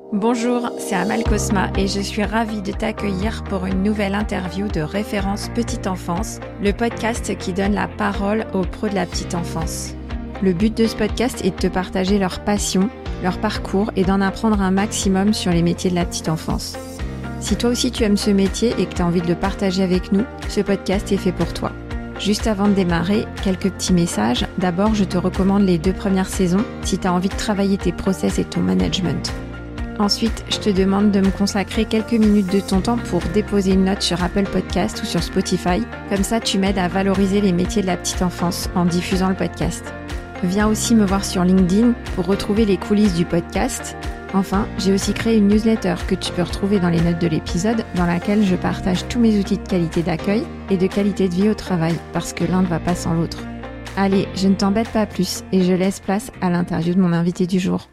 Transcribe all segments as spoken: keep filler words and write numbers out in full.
Bonjour, c'est Amal Cosma et je suis ravie de t'accueillir pour une nouvelle interview de Référence Petite Enfance, le podcast qui donne la parole aux pros de la petite enfance. Le but de ce podcast est de te partager leur passion, leur parcours et d'en apprendre un maximum sur les métiers de la petite enfance. Si toi aussi tu aimes ce métier et que tu as envie de le partager avec nous, ce podcast est fait pour toi. Juste avant de démarrer, quelques petits messages. D'abord, je te recommande les deux premières saisons si tu as envie de travailler tes process et ton management. Ensuite, je te demande de me consacrer quelques minutes de ton temps pour déposer une note sur Apple Podcast ou sur Spotify. Comme ça, tu m'aides à valoriser les métiers de la petite enfance en diffusant le podcast. Viens aussi me voir sur LinkedIn pour retrouver les coulisses du podcast. Enfin, j'ai aussi créé une newsletter que tu peux retrouver dans les notes de l'épisode, dans laquelle je partage tous mes outils de qualité d'accueil et de qualité de vie au travail, parce que l'un ne va pas sans l'autre. Allez, je ne t'embête pas plus et je laisse place à l'interview de mon invité du jour.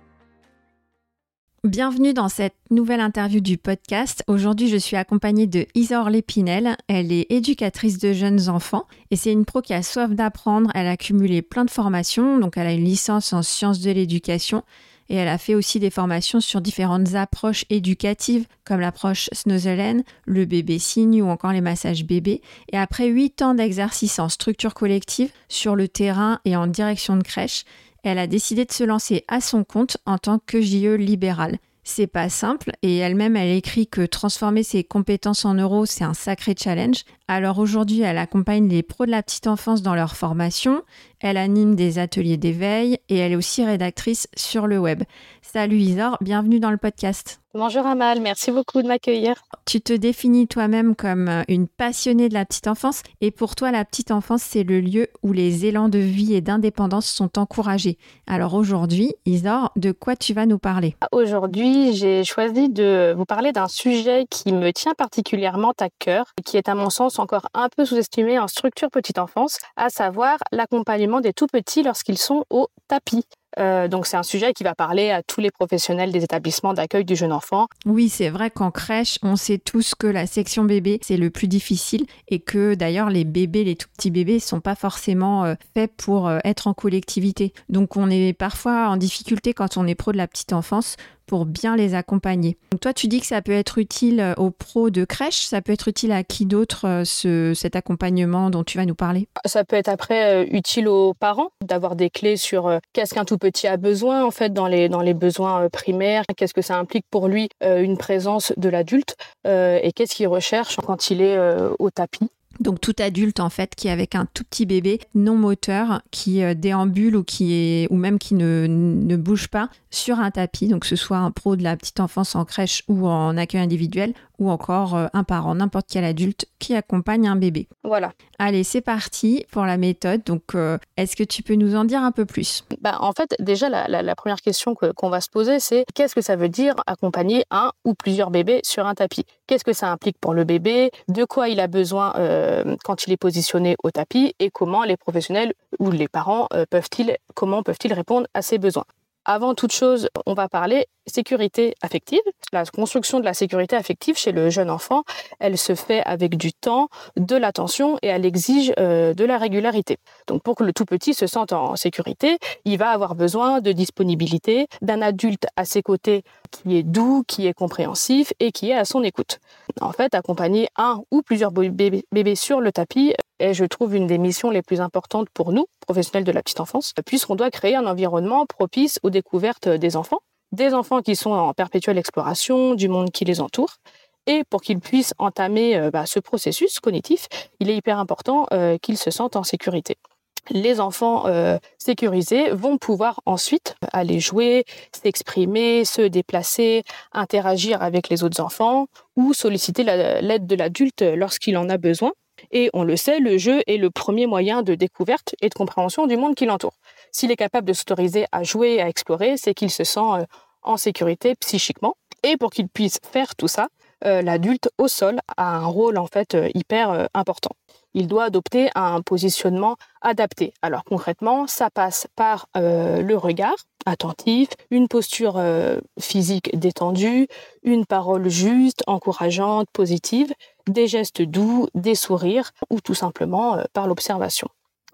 Bienvenue dans cette nouvelle interview du podcast. Aujourd'hui, je suis accompagnée de Isor Lépinel. Elle est éducatrice de jeunes enfants et c'est une pro qui a soif d'apprendre. Elle a cumulé plein de formations, donc elle a une licence en sciences de l'éducation et elle a fait aussi des formations sur différentes approches éducatives comme l'approche Snoezelen, le bébé signe ou encore les massages bébés. Et après huit ans d'exercice en structure collective sur le terrain et en direction de crèche, elle a décidé de se lancer à son compte en tant que J E libérale. C'est pas simple et elle-même, elle écrit que transformer ses compétences en euros, c'est un sacré challenge. Alors aujourd'hui, elle accompagne les pros de la petite enfance dans leur formation, elle anime des ateliers d'éveil et elle est aussi rédactrice sur le web. Salut Isor, bienvenue dans le podcast. Bonjour Amal, merci beaucoup de m'accueillir. Tu te définis toi-même comme une passionnée de la petite enfance et pour toi, la petite enfance, c'est le lieu où les élans de vie et d'indépendance sont encouragés. Alors aujourd'hui, Isor, de quoi tu vas nous parler ? Aujourd'hui, j'ai choisi de vous parler d'un sujet qui me tient particulièrement à cœur et qui est à mon sens encore un peu sous-estimé en structure petite enfance, à savoir l'accompagnement des tout-petits lorsqu'ils sont au tapis. Euh, donc c'est un sujet qui va parler à tous les professionnels des établissements d'accueil du jeune enfant. Oui, c'est vrai qu'en crèche, on sait tous que la section bébé, c'est le plus difficile et que d'ailleurs les bébés, les tout petits bébés, sont pas forcément euh, faits pour euh, être en collectivité. Donc on est parfois en difficulté quand on est pro de la petite enfance pour bien les accompagner. Donc toi, tu dis que ça peut être utile aux pros de crèche, ça peut être utile à qui d'autre ce, cet accompagnement dont tu vas nous parler ? Ça peut être après euh, utile aux parents d'avoir des clés sur euh, qu'est-ce qu'un tout petit a besoin en fait dans les dans les besoins euh, primaires, qu'est-ce que ça implique pour lui euh, une présence de l'adulte euh, et qu'est-ce qu'il recherche quand il est euh, au tapis. Donc tout adulte en fait qui est avec un tout petit bébé non moteur qui euh, déambule ou qui est ou même qui ne, ne bouge pas sur un tapis, donc que ce soit un pro de la petite enfance en crèche ou en accueil individuel ou encore euh, un parent, n'importe quel adulte qui accompagne un bébé. Voilà. Allez, c'est parti pour la méthode. Donc euh, est-ce que tu peux nous en dire un peu plus ? Bah, en fait, déjà, la, la, la première question que, qu'on va se poser, c'est qu'est-ce que ça veut dire accompagner un ou plusieurs bébés sur un tapis ? Qu'est-ce que ça implique pour le bébé ? De quoi il a besoin euh, quand il est positionné au tapis ? Et comment les professionnels ou les parents euh, peuvent-ils, comment peuvent-ils répondre à ces besoins ? Avant toute chose, on va parler sécurité affective. La construction de la sécurité affective chez le jeune enfant, elle se fait avec du temps, de l'attention et elle exige euh, de la régularité. Donc pour que le tout petit se sente en sécurité, il va avoir besoin de disponibilité, d'un adulte à ses côtés qui est doux, qui est compréhensif et qui est à son écoute. En fait, accompagner un ou plusieurs bébés, bébés sur le tapis est, je trouve, une des missions les plus importantes pour nous, professionnels de la petite enfance, puisqu'on doit créer un environnement propice aux découvertes des enfants, des enfants qui sont en perpétuelle exploration du monde qui les entoure. Et pour qu'ils puissent entamer euh, bah, ce processus cognitif, il est hyper important euh, qu'ils se sentent en sécurité. Les enfants euh, sécurisés vont pouvoir ensuite aller jouer, s'exprimer, se déplacer, interagir avec les autres enfants ou solliciter la, l'aide de l'adulte lorsqu'il en a besoin. Et on le sait, le jeu est le premier moyen de découverte et de compréhension du monde qui l'entoure. S'il est capable de s'autoriser à jouer et à explorer, c'est qu'il se sent euh, en sécurité psychiquement. Et pour qu'il puisse faire tout ça, euh, l'adulte au sol a un rôle en fait euh, hyper euh, important. Il doit adopter un positionnement adapté. Alors concrètement, ça passe par euh, le regard attentif, une posture euh, physique détendue, une parole juste, encourageante, positive, des gestes doux, des sourires ou tout simplement euh, par l'observation.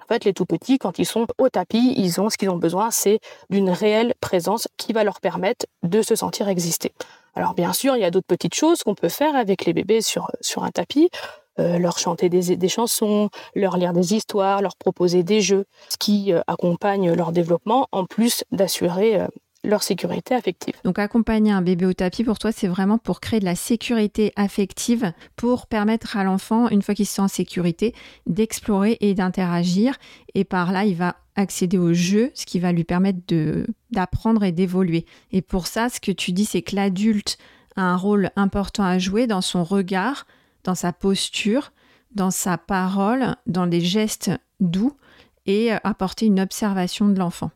En fait, les tout petits, quand ils sont au tapis, ils ont ce qu'ils ont besoin, c'est d'une réelle présence qui va leur permettre de se sentir exister. Alors bien sûr, il y a d'autres petites choses qu'on peut faire avec les bébés sur, sur un tapis. Euh, leur chanter des, des chansons, leur lire des histoires, leur proposer des jeux, ce qui euh, accompagne leur développement, en plus d'assurer euh, leur sécurité affective. Donc accompagner un bébé au tapis, pour toi, c'est vraiment pour créer de la sécurité affective, pour permettre à l'enfant, une fois qu'il se sent en sécurité, d'explorer et d'interagir. Et par là, il va accéder au jeu, ce qui va lui permettre de, d'apprendre et d'évoluer. Et pour ça, ce que tu dis, c'est que l'adulte a un rôle important à jouer dans son regard, dans sa posture, dans sa parole, dans des gestes doux et apporter une observation de l'enfant.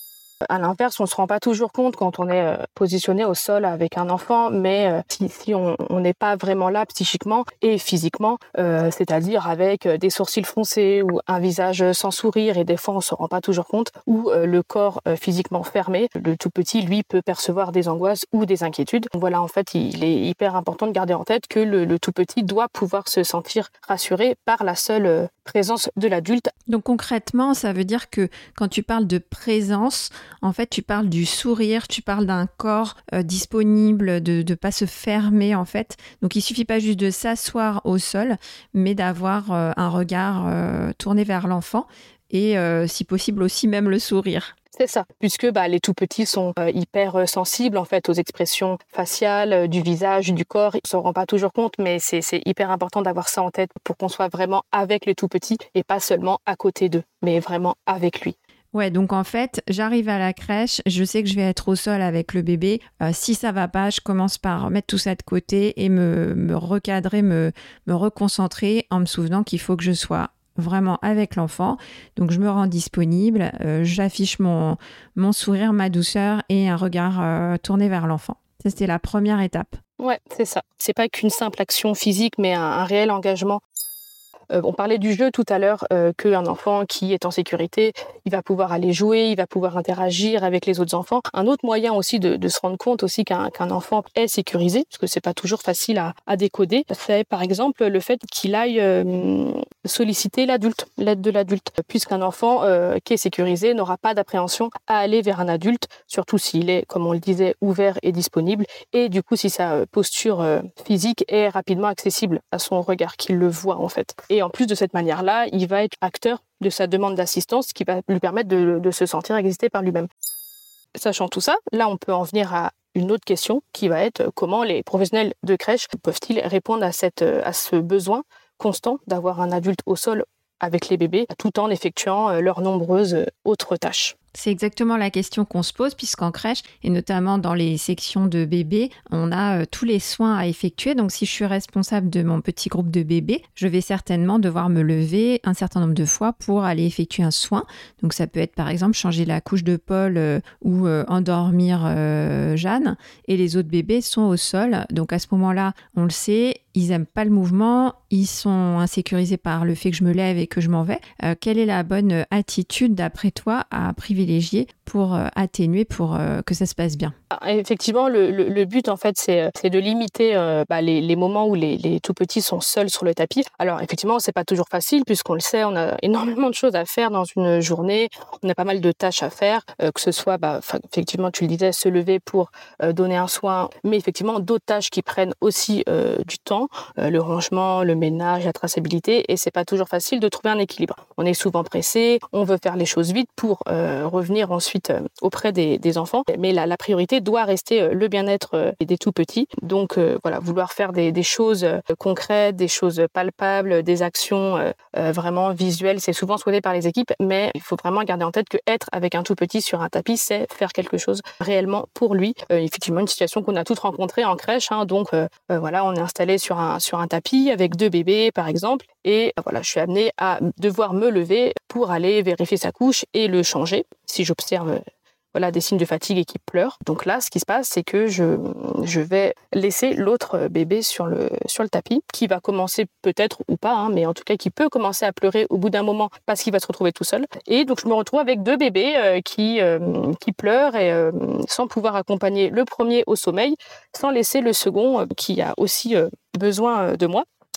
À l'inverse, on ne se rend pas toujours compte quand on est euh, positionné au sol avec un enfant, mais euh, si, si on n'est pas vraiment là psychiquement et physiquement, euh, c'est-à-dire avec des sourcils foncés ou un visage sans sourire, et des fois on ne se rend pas toujours compte, ou euh, le corps euh, physiquement fermé, le tout petit, lui, peut percevoir des angoisses ou des inquiétudes. Voilà, en fait, il est hyper important de garder en tête que le, le tout petit doit pouvoir se sentir rassuré par la seule euh, présence de l'adulte. Donc concrètement, ça veut dire que quand tu parles de présence, en fait, tu parles du sourire, tu parles d'un corps euh, disponible, de ne pas se fermer, en fait. Donc, il ne suffit pas juste de s'asseoir au sol, mais d'avoir euh, un regard euh, tourné vers l'enfant et, euh, si possible, aussi même le sourire. C'est ça, puisque bah, les tout-petits sont euh, hyper euh, sensibles en fait aux expressions faciales, euh, du visage, du corps. Ils ne s'en rendent pas toujours compte, mais c'est, c'est hyper important d'avoir ça en tête pour qu'on soit vraiment avec les tout-petits et pas seulement à côté d'eux, mais vraiment avec lui. Ouais, donc en fait, j'arrive à la crèche, je sais que je vais être au sol avec le bébé. Euh, si ça va pas, je commence par mettre tout ça de côté et me, me recadrer, me, me reconcentrer en me souvenant qu'il faut que je sois vraiment avec l'enfant. Donc, je me rends disponible, euh, j'affiche mon, mon sourire, ma douceur et un regard euh, tourné vers l'enfant. Ça, c'était la première étape. Ouais, c'est ça. C'est pas qu'une simple action physique, mais un, un réel engagement. Euh, on parlait du jeu tout à l'heure, euh, qu'un enfant qui est en sécurité, il va pouvoir aller jouer, il va pouvoir interagir avec les autres enfants. Un autre moyen aussi de, de se rendre compte aussi qu'un, qu'un enfant est sécurisé, parce que c'est pas toujours facile à, à décoder, c'est par exemple le fait qu'il aille euh, solliciter l'adulte, l'aide de l'adulte, puisqu'un enfant euh, qui est sécurisé n'aura pas d'appréhension à aller vers un adulte, surtout s'il est, comme on le disait, ouvert et disponible, et du coup si sa posture euh, physique est rapidement accessible à son regard, qu'il le voit en fait. Et Et en plus de cette manière-là, il va être acteur de sa demande d'assistance qui va lui permettre de, de se sentir exister par lui-même. Sachant tout ça, là, on peut en venir à une autre question qui va être comment les professionnels de crèche peuvent-ils répondre à, cette, à ce besoin constant d'avoir un adulte au sol avec les bébés tout en effectuant leurs nombreuses autres tâches. C'est exactement la question qu'on se pose puisqu'en crèche, et notamment dans les sections de bébés, on a euh, tous les soins à effectuer. Donc, si je suis responsable de mon petit groupe de bébés, je vais certainement devoir me lever un certain nombre de fois pour aller effectuer un soin. Donc, ça peut être par exemple changer la couche de Paul euh, ou euh, endormir euh, Jeanne. Et les autres bébés sont au sol. Donc, à ce moment-là, on le sait, ils n'aiment pas le mouvement, ils sont insécurisés par le fait que je me lève et que je m'en vais. Euh, quelle est la bonne attitude, d'après toi, à privilégier pour euh, atténuer, pour euh, que ça se passe bien? Effectivement, le, le, le but, en fait, c'est, c'est de limiter euh, bah, les, les moments où les, les tout-petits sont seuls sur le tapis. Alors, effectivement, c'est pas toujours facile, puisqu'on le sait, on a énormément de choses à faire dans une journée, on a pas mal de tâches à faire, euh, que ce soit, bah, effectivement, tu le disais, se lever pour euh, donner un soin, mais effectivement, d'autres tâches qui prennent aussi euh, du temps, euh, le rangement, le ménage, la traçabilité, et c'est pas toujours facile de trouver un équilibre. On est souvent pressé, on veut faire les choses vite pour euh, revenir ensuite euh, auprès des, des enfants, mais la, la priorité doit rester le bien-être des tout-petits. Donc euh, voilà, vouloir faire des, des choses concrètes, des choses palpables, des actions euh, vraiment visuelles, c'est souvent souhaité par les équipes, mais il faut vraiment garder en tête que être avec un tout-petit sur un tapis, c'est faire quelque chose réellement pour lui. Euh, effectivement, une situation qu'on a toutes rencontrées en crèche, hein, donc euh, euh, voilà, on est installé sur un, sur un tapis avec deux bébés par exemple, et euh, voilà, je suis amenée à devoir me lever pour aller vérifier sa couche et le changer. Si j'observe voilà, des signes de fatigue et qui pleure. Donc là, ce qui se passe, c'est que je, je vais laisser l'autre bébé sur le, sur le tapis, qui va commencer peut-être ou pas, hein, mais en tout cas qui peut commencer à pleurer au bout d'un moment parce qu'il va se retrouver tout seul. Et donc je me retrouve avec deux bébés euh, qui, euh, qui pleurent et euh, sans pouvoir accompagner le premier au sommeil, sans laisser le second euh, qui a aussi euh, besoin de moi.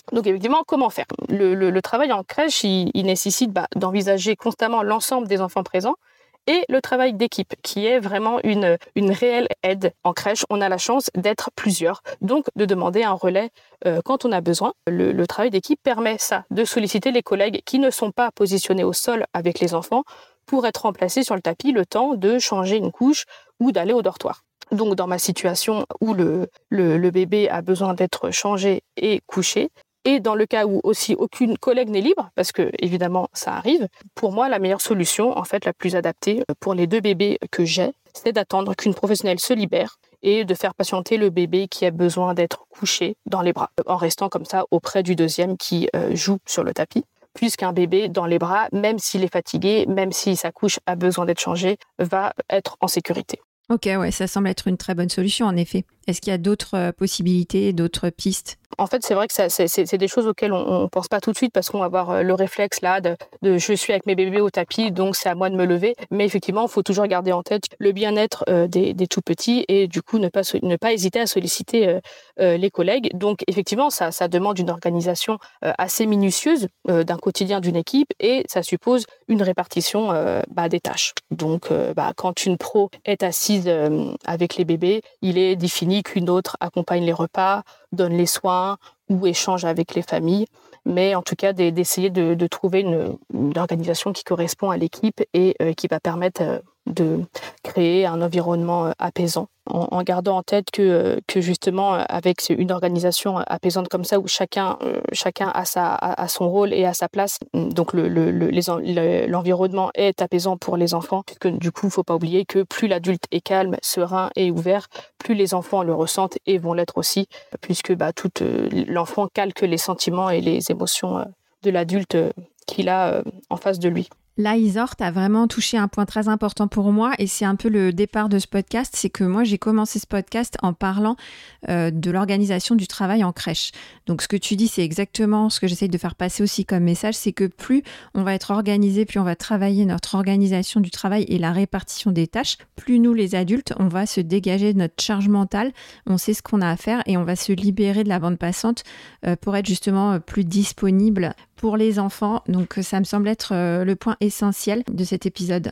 Donc effectivement, comment faire ? le, le, le travail en crèche, il, il nécessite bah, d'envisager constamment l'ensemble des enfants présents et le travail d'équipe, qui est vraiment une, une réelle aide. En crèche, on a la chance d'être plusieurs, donc de demander un relais euh, quand on a besoin. Le, le travail d'équipe permet ça, de solliciter les collègues qui ne sont pas positionnés au sol avec les enfants pour être remplacés sur le tapis le temps de changer une couche ou d'aller au dortoir. Donc dans ma situation où le, le, le bébé a besoin d'être changé et couché, et dans le cas où aussi aucune collègue n'est libre, parce que évidemment ça arrive, pour moi la meilleure solution, en fait la plus adaptée pour les deux bébés que j'ai, c'est d'attendre qu'une professionnelle se libère et de faire patienter le bébé qui a besoin d'être couché dans les bras, en restant comme ça auprès du deuxième qui euh, joue sur le tapis. Puisqu'un bébé dans les bras, même s'il est fatigué, même si sa couche a besoin d'être changée, va être en sécurité. Ok, ouais, ça semble être une très bonne solution en effet. Est-ce qu'il y a d'autres euh, possibilités, d'autres pistes ? En fait, c'est vrai que ça, c'est, c'est, c'est des choses auxquelles on ne pense pas tout de suite parce qu'on va avoir le réflexe là de, de je suis avec mes bébés au tapis, donc c'est à moi de me lever. Mais effectivement, il faut toujours garder en tête le bien-être euh, des, des tout petits et du coup ne pas, ne pas hésiter à solliciter euh, euh, les collègues. Donc effectivement, ça, ça demande une organisation euh, assez minutieuse euh, d'un quotidien d'une équipe et ça suppose une répartition euh, bah, des tâches. Donc euh, bah, quand une pro est assise euh, avec les bébés, il est défini qu'une autre accompagne les repas, donne les soins ou échange avec les familles. Mais en tout cas, d'essayer de, de trouver une, une organisation qui correspond à l'équipe et euh, qui va permettre euh, de créer un environnement euh, apaisant. En, en gardant en tête que, euh, que justement, avec une organisation apaisante comme ça, où chacun, euh, chacun a, sa, a, a son rôle et a sa place, donc le, le, le, les, le, l'environnement est apaisant pour les enfants, puisque du coup, il ne faut pas oublier que plus l'adulte est calme, serein et ouvert, plus les enfants le ressentent et vont l'être aussi, puisque bah, tout, euh, l'enfant calque les sentiments et les émotions euh, de l'adulte euh, qu'il a euh, en face de lui. Là, Isor, tu as vraiment touché un point très important pour moi et c'est un peu le départ de ce podcast. C'est que moi, j'ai commencé ce podcast en parlant euh, de l'organisation du travail en crèche. Donc, ce que tu dis, c'est exactement ce que j'essaye de faire passer aussi comme message. C'est que plus on va être organisé, plus on va travailler notre organisation du travail et la répartition des tâches, plus nous, les adultes, on va se dégager de notre charge mentale. On sait ce qu'on a à faire et on va se libérer de la bande passante euh, pour être justement plus disponible pour les enfants. Donc, ça me semble être euh, le point essentiel de cet épisode.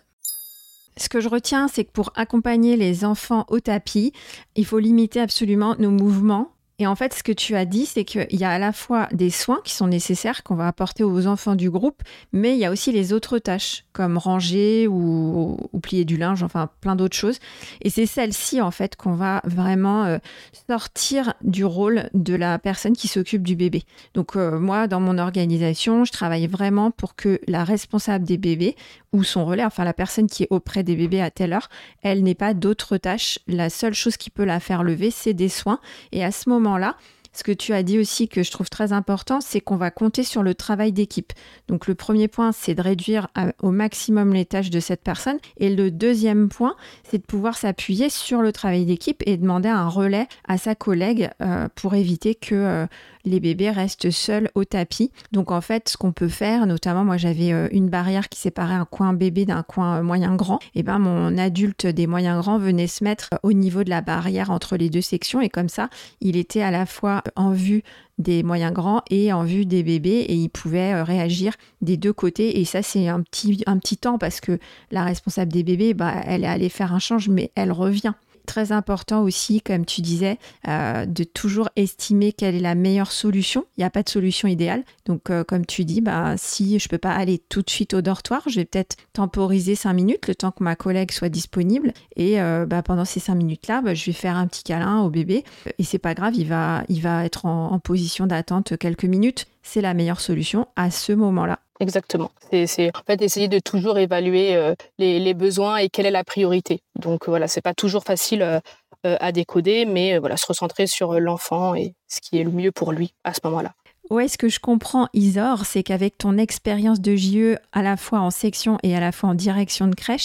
Ce que je retiens, c'est que pour accompagner les enfants au tapis, il faut limiter absolument nos mouvements. Et en fait, ce que tu as dit, c'est qu'il y a à la fois des soins qui sont nécessaires qu'on va apporter aux enfants du groupe, mais il y a aussi les autres tâches, comme ranger ou, ou plier du linge, enfin plein d'autres choses. Et c'est celle-ci, en fait, qu'on va vraiment euh, sortir du rôle de la personne qui s'occupe du bébé. Donc euh, moi, dans mon organisation, je travaille vraiment pour que la responsable des bébés ou son relais, enfin la personne qui est auprès des bébés à telle heure, elle n'ait pas d'autres tâches. La seule chose qui peut la faire lever, c'est des soins. Et à ce moment là, ce que tu as dit aussi que je trouve très important, c'est qu'on va compter sur le travail d'équipe. Donc le premier point, c'est de réduire à, au maximum les tâches de cette personne. Et le deuxième point, c'est de pouvoir s'appuyer sur le travail d'équipe et demander un relais à sa collègue euh, pour éviter que euh, les bébés restent seuls au tapis. Donc en fait, ce qu'on peut faire, notamment moi j'avais euh, une barrière qui séparait un coin bébé d'un coin euh, moyen grand. Et ben mon adulte des moyens grands venait se mettre euh, au niveau de la barrière entre les deux sections et comme ça, il était à la fois en vue des moyens grands et en vue des bébés et il pouvait euh, réagir des deux côtés et ça c'est un petit, un petit temps parce que la responsable des bébés, bah, elle est allée faire un change mais elle revient. Très important aussi, comme tu disais, euh, de toujours estimer quelle est la meilleure solution. Il n'y a pas de solution idéale. Donc, euh, comme tu dis, bah, si je ne peux pas aller tout de suite au dortoir, je vais peut-être temporiser cinq minutes, le temps que ma collègue soit disponible. Et euh, bah, pendant ces cinq minutes-là, bah, je vais faire un petit câlin au bébé. Et c'est pas grave, il va, il va être en, en position d'attente quelques minutes. C'est la meilleure solution à ce moment-là. Exactement. C'est, c'est en fait essayer de toujours évaluer euh, les, les besoins et quelle est la priorité. Donc euh, voilà, c'est pas toujours facile euh, euh, à décoder, mais euh, voilà, se recentrer sur l'enfant et ce qui est le mieux pour lui à ce moment-là. Ouais, ce que je comprends, Isor, c'est qu'avec ton expérience de J E à la fois en section et à la fois en direction de crèche,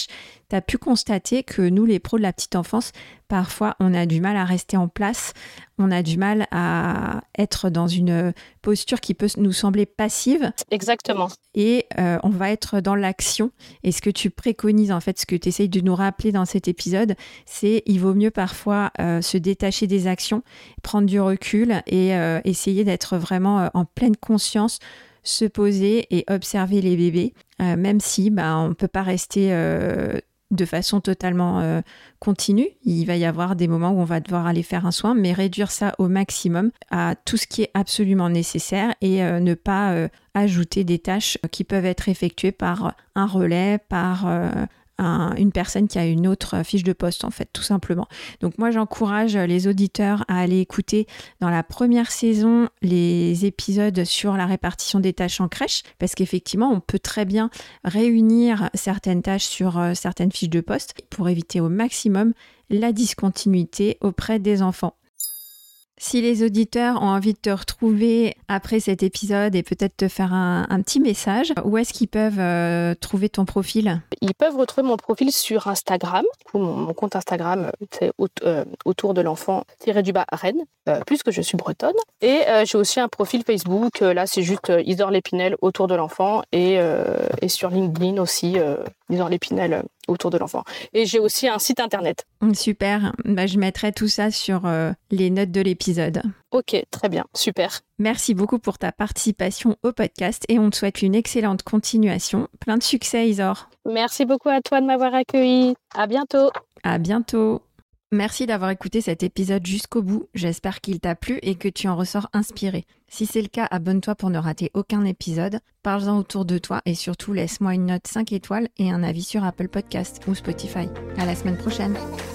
tu as pu constater que nous, les pros de la petite enfance, parfois, on a du mal à rester en place, on a du mal à être dans une posture qui peut nous sembler passive. Exactement. Et euh, on va être dans l'action. Et ce que tu préconises, en fait, ce que tu essayes de nous rappeler dans cet épisode, c'est il vaut mieux parfois euh, se détacher des actions, prendre du recul et euh, essayer d'être vraiment euh, en pleine conscience, se poser et observer les bébés, euh, même si bah, on ne peut pas rester euh, de façon totalement euh, continue. Il va y avoir des moments où on va devoir aller faire un soin, mais réduire ça au maximum à tout ce qui est absolument nécessaire et euh, ne pas euh, ajouter des tâches qui peuvent être effectuées par un relais, par euh, un, une personne qui a une autre fiche de poste, en fait, tout simplement. Donc moi, j'encourage les auditeurs à aller écouter dans la première saison les épisodes sur la répartition des tâches en crèche, parce qu'effectivement, on peut très bien réunir certaines tâches sur euh, certaines fiches de poste pour éviter au maximum la discontinuité auprès des enfants. Si les auditeurs ont envie de te retrouver après cet épisode et peut-être te faire un, un petit message, où est-ce qu'ils peuvent euh, trouver ton profil ? Ils peuvent retrouver mon profil sur Instagram. Mon, mon compte Instagram, c'est au, euh, autour de l'enfant tiré du bas Rennes, euh, puisque je suis bretonne. Et euh, j'ai aussi un profil Facebook. Euh, là, c'est juste euh, Isor Lépinel autour de l'enfant. Et, euh, et sur LinkedIn aussi, euh, Isor Lépinel euh, autour de l'enfant. Et j'ai aussi un site internet. Super. Bah, je mettrai tout ça sur euh, les notes de l'épisode. Ok, très bien, super. Merci beaucoup pour ta participation au podcast et on te souhaite une excellente continuation. Plein de succès, Isor. Merci beaucoup à toi de m'avoir accueilli. À bientôt. À bientôt. Merci d'avoir écouté cet épisode jusqu'au bout. J'espère qu'il t'a plu et que tu en ressors inspiré. Si c'est le cas, abonne-toi pour ne rater aucun épisode. Parle-en autour de toi et surtout laisse-moi une note cinq étoiles et un avis sur Apple Podcast ou Spotify. À la semaine prochaine.